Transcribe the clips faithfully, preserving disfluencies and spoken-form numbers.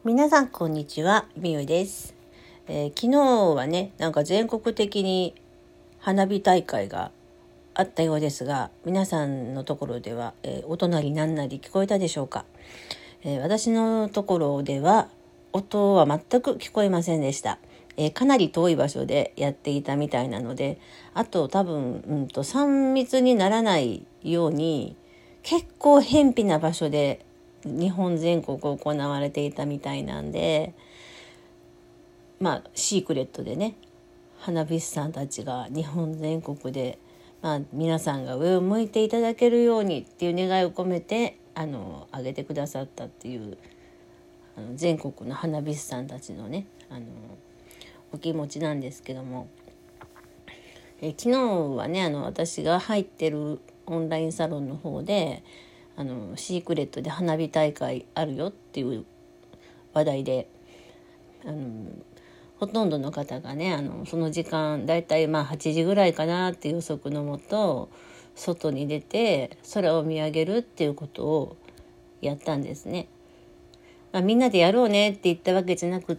皆さんこんにちは、みゆです、えー、昨日はねなんか全国的に花火大会があったようですが、皆さんのところでは、えー、お隣なんなり聞こえたでしょうか。えー、私のところでは音は全く聞こえませんでした。えー、かなり遠い場所でやっていたみたいなので、あと多分、うんと、さん密にならないように結構偏僻な場所で日本全国行われていたみたいなんで、まあシークレットでね、花火師さんたちが日本全国で、まあ、皆さんが上を向いていただけるようにっていう願いを込めてあの上げてくださったっていう、あの全国の花火師さんたちのね、あのお気持ちなんですけども、え昨日はね、あの私が入ってるオンラインサロンの方であのシークレットで花火大会あるよっていう話題で、あのほとんどの方がね、あのその時間だいたいまあはちじぐらいかなっていう予測のもと外に出て空を見上げるっていうことをやったんですね。まあ、みんなでやろうねって言ったわけじゃなくって、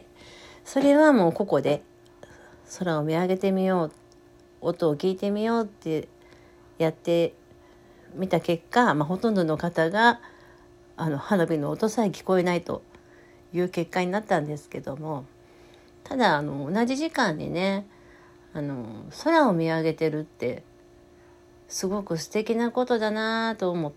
それはもうここで空を見上げてみよう、音を聞いてみようってやって見た結果、まあ、ほとんどの方があの花火の音さえ聞こえないという結果になったんですけども、ただあの同じ時間にね、あの空を見上げてるってすごく素敵なことだなと思って、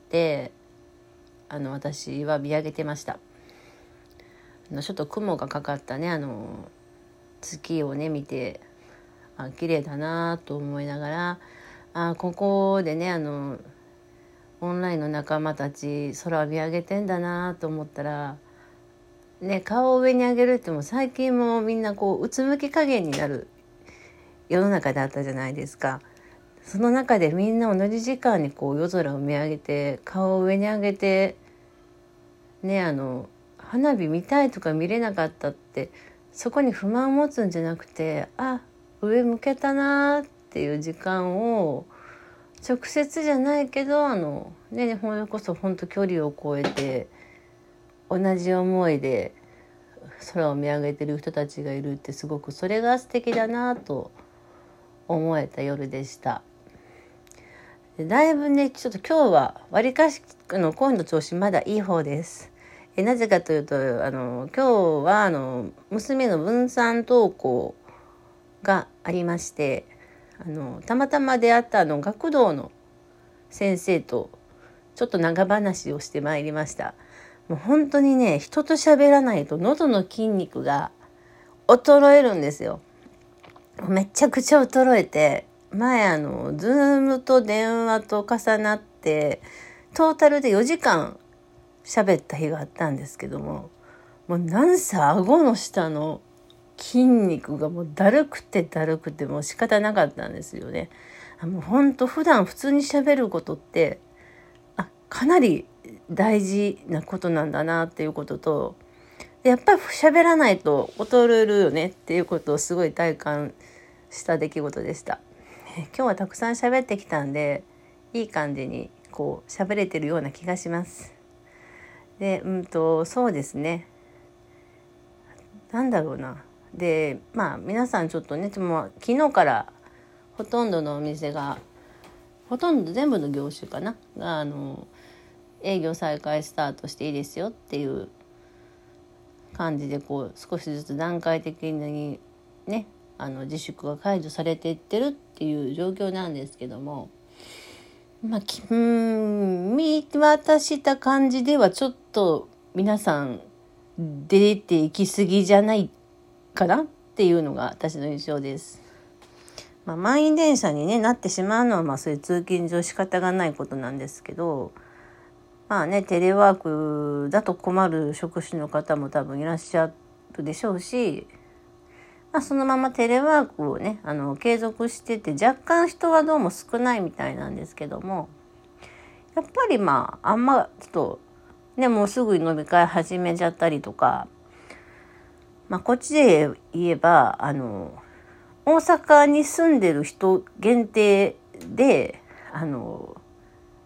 あの私は見上げてました。あのちょっと雲がかかったね、あの月をね見て、あ綺麗だなと思いながら、あここでね、あのオンラインの仲間たち空を見上げてんだなと思ったらね、顔を上に上げるっても最近もみんなこううつむき加減になる世の中だったじゃないですか。その中でみんな同じ時間にこう夜空を見上げて顔を上に上げてね、あの花火見たいとか見れなかったってそこに不満を持つんじゃなくて、あ上向けたなっていう時間を直接じゃないけど、あのね、ほんこそ本当距離を超えて同じ思いで空を見上げてる人たちがいるって、すごくそれが素敵だなと思えた夜でした。でだいぶね、ちょっと今日はわりかしの声の調子まだいい方です。えなぜかというと、あの今日はあの娘の分散登校がありまして、あのたまたま出会ったあの学童の先生とちょっと長話をしてまいりました。もう本当にね、人と喋らないと喉の筋肉が衰えるんですよ。めちゃくちゃ衰えて、前あのズームと電話と重なってトータルでよじかん喋った日があったんですけども、もうなんせ顎の下の筋肉がもうだるくてだるくてもう仕方なかったんですよね。もう本当普段普通に喋ることってあかなり大事なことなんだなっていうことと、やっぱり喋らないと衰えるよねっていうことをすごい体感した出来事でした。今日はたくさん喋ってきたんで、いい感じにこう喋れてるような気がします。で、うんとそうですね。なんだろうな。で、まあ皆さんちょっとね、でも昨日からほとんどのお店が、ほとんど全部の業種かながあの営業再開スタートしていいですよっていう感じで、こう少しずつ段階的にね、あの自粛が解除されていってるっていう状況なんですけども、まあ、きうーん見渡した感じではちょっと皆さん出ていき過ぎじゃないかなっていうのが私の印象です。まあ、満員電車に、ね、なってしまうのは、まあ、そういう通勤上仕方がないことなんですけど、まあね、テレワークだと困る職種の方も多分いらっしゃるでしょうし、まあ、そのままテレワークをね、あの継続してて、若干人はどうも少ないみたいなんですけども、やっぱりまああんまちょっとね、もうすぐに飲み会始めちゃったりとか、まあ、こっちで言えばあの大阪に住んでる人限定であの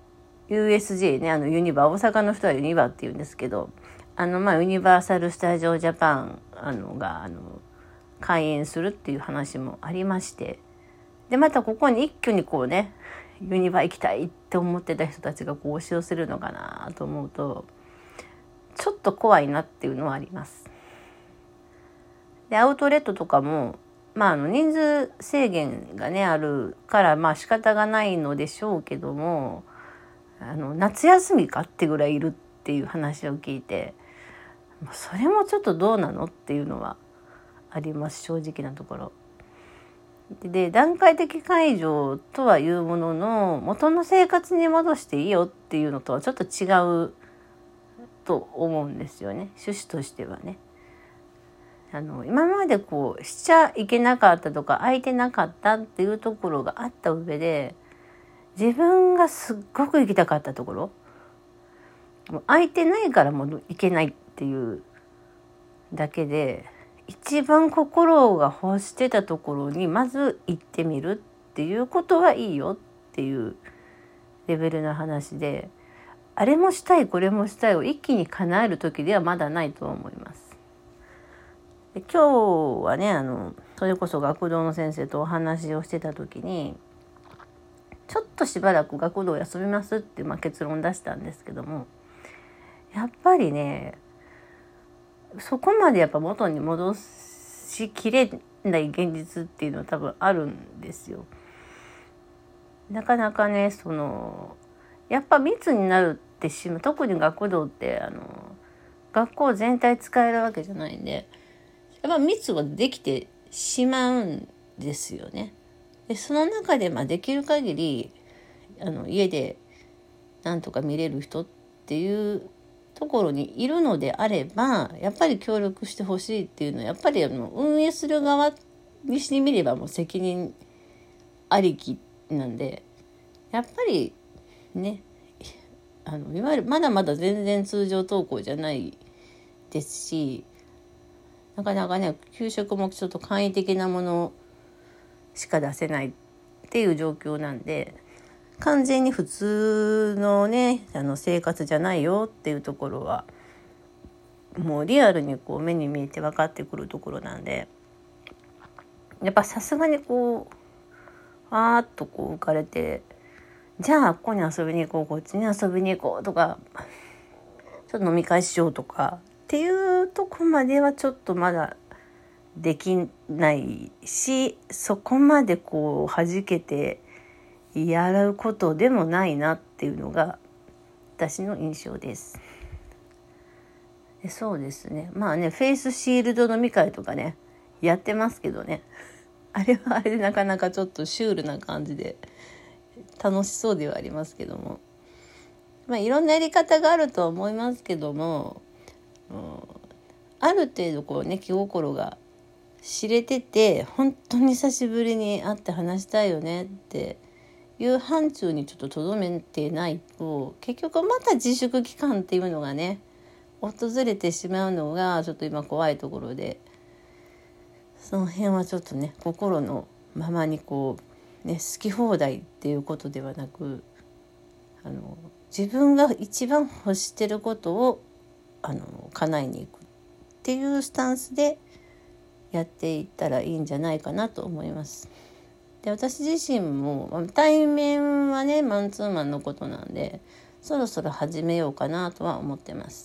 ユーエスジェー ね、あのユニバー、大阪の人はユニバーって言うんですけど、あのまあユニバーサル・スタジオ・ジャパンあのがあの開園するっていう話もありまして、でまたここに一挙にこうね、ユニバー行きたいって思ってた人たちがこう押し寄せるのかなと思うと、ちょっと怖いなっていうのはあります。でアウトレットとかも、まあ、あの人数制限がねあるからまあ仕方がないのでしょうけども、あの夏休みかってぐらいいるっていう話を聞いて、それもちょっとどうなのっていうのはあります、正直なところ。で段階的解除とはいうものの、元の生活に戻していいよっていうのとはちょっと違うと思うんですよね、趣旨としてはね。あの今までこうしちゃいけなかったとか空いてなかったっていうところがあった上で、自分がすっごく行きたかったところ、もう空いてないからもう行けないっていうだけで、一番心が欲してたところにまず行ってみるっていうことはいいよっていうレベルの話で、あれもしたいこれもしたいを一気に叶える時ではまだないと思います。で今日はね、あのそれこそ学童の先生とお話をしてた時に、ちょっとしばらく学童休みますって、まあ、結論出したんですけども、やっぱりねそこまでやっぱ元に戻しきれない現実っていうのは多分あるんですよ。なかなかね、そのやっぱ密になるってしまう、特に学童ってあの学校全体使えるわけじゃないんで、やっぱ密はできてしまうんですよね。でその中でまあできる限りあの家でなんとか見れる人っていうところにいるのであれば、やっぱり協力してほしいっていうのはやっぱりあの運営する側にしてみればもう責任ありきなんで、やっぱりね、あのいわゆるまだまだ全然通常登校じゃないですし、なかなかね給食もちょっと簡易的なものしか出せないっていう状況なんで、完全に普通のねあの生活じゃないよっていうところはもうリアルにこう目に見えて分かってくるところなんで、やっぱさすがにこうわーっとこう浮かれて、じゃあここに遊びに行こうこっちに遊びに行こうとか、ちょっと飲み会しようとかっていうとこまではちょっとまだできないし、そこまでこう弾けてやることでもないなっていうのが私の印象です。でそうですね、まあねフェイスシールド飲み会とかねやってますけどね、あれはあれでなかなかちょっとシュールな感じで楽しそうではありますけども、まあいろんなやり方があるとは思いますけども、うん、ある程度こうね気心が知れてて、本当に久しぶりに会って話したいよねっていう範疇にちょっととどめてないと、結局また自粛期間っていうのがね訪れてしまうのがちょっと今怖いところで、その辺はちょっとね心のままにこうね好き放題っていうことではなく、あの自分が一番欲してることをあの叶えに行くっていうスタンスでやっていったらいいんじゃないかなと思います。で私自身も対面はねマンツーマンのことなんで、そろそろ始めようかなとは思ってます。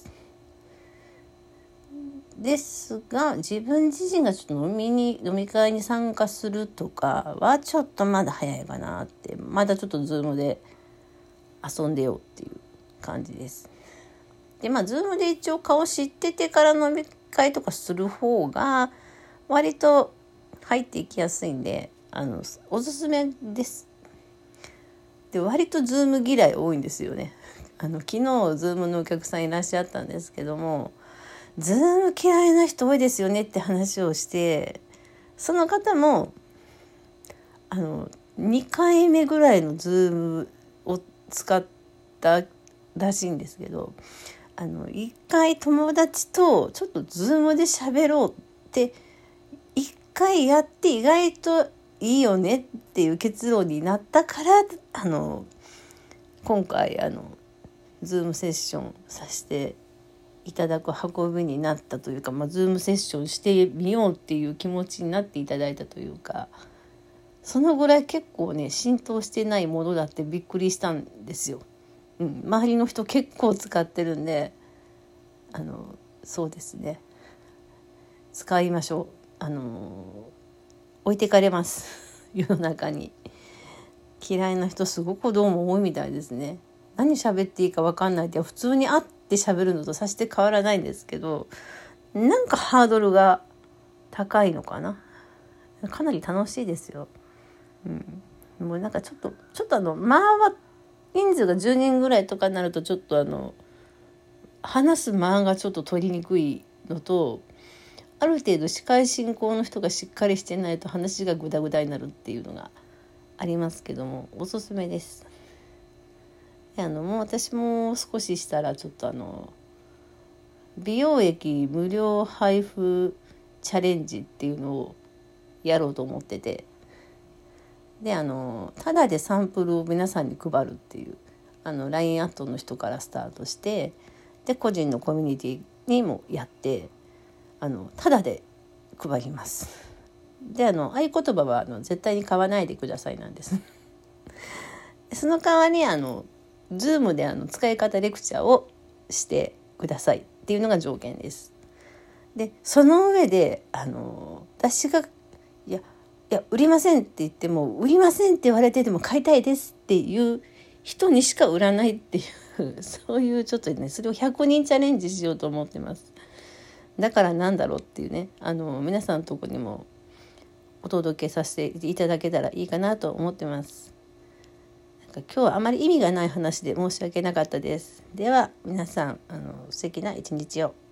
ですが自分自身がちょっと飲みに飲み会に参加するとかはちょっとまだ早いかなって、まだちょっとズームで遊んでよっていう感じです。でまあズームで一応顔知っててから飲み会とかする方が割と入っていきやすいんで、あのおすすめです。で割とズーム嫌い多いんですよね。あの昨日ズームのお客さんいらっしゃったんですけども、ズーム嫌いな人多いですよねって話をして、その方もあのにかいめぐらいのズームを使ったらしいんですけど、あのいっかい友達とちょっとズームで喋ろうっていっかいやって意外といいよねっていう結論になったから、あの今回あのズームセッションさせていただく運びになったというか、まあ、ズームセッションしてみようっていう気持ちになっていただいたというか、そのぐらい結構ね浸透してないものだってびっくりしたんですよ。うん、周りの人結構使ってるんで、あのそうですね、使いましょう。あの置いてかれます世の中に。嫌いな人すごくどうも多いみたいですね。何喋っていいか分かんないって普通に会って喋るのとさして変わらないんですけど、なんかハードルが高いのかな。かなり楽しいですよ。うん、もうなんかちょっとちょっとあのまあは人数がじゅうにんぐらいとかになるとちょっとあの話す間がちょっと取りにくいのと、ある程度司会進行の人がしっかりしてないと話がグダグダになるっていうのがありますけども、おすすめです。であのもう私も少ししたらちょっとあの美容液無料配布チャレンジっていうのをやろうと思ってて、であのただでサンプルを皆さんに配るっていうあの ライン アットの人からスタートして、で個人のコミュニティにもやって、あのただで配ります。であの合言葉はあの絶対に買わないでくださいなんですその代わりあの Zoom であの使い方レクチャーをしてくださいっていうのが条件です。でその上であの私がいやいや売りませんって言っても、売りませんって言われてでも買いたいですっていう人にしか売らないっていうそういうちょっとね、それをひゃくにんチャレンジしようと思ってます。だからなんだろうっていうね、あの皆さんのとこにもお届けさせていただけたらいいかなと思ってます。なんか今日はあまり意味がない話で申し訳なかったです。では皆さんあの素敵な一日を。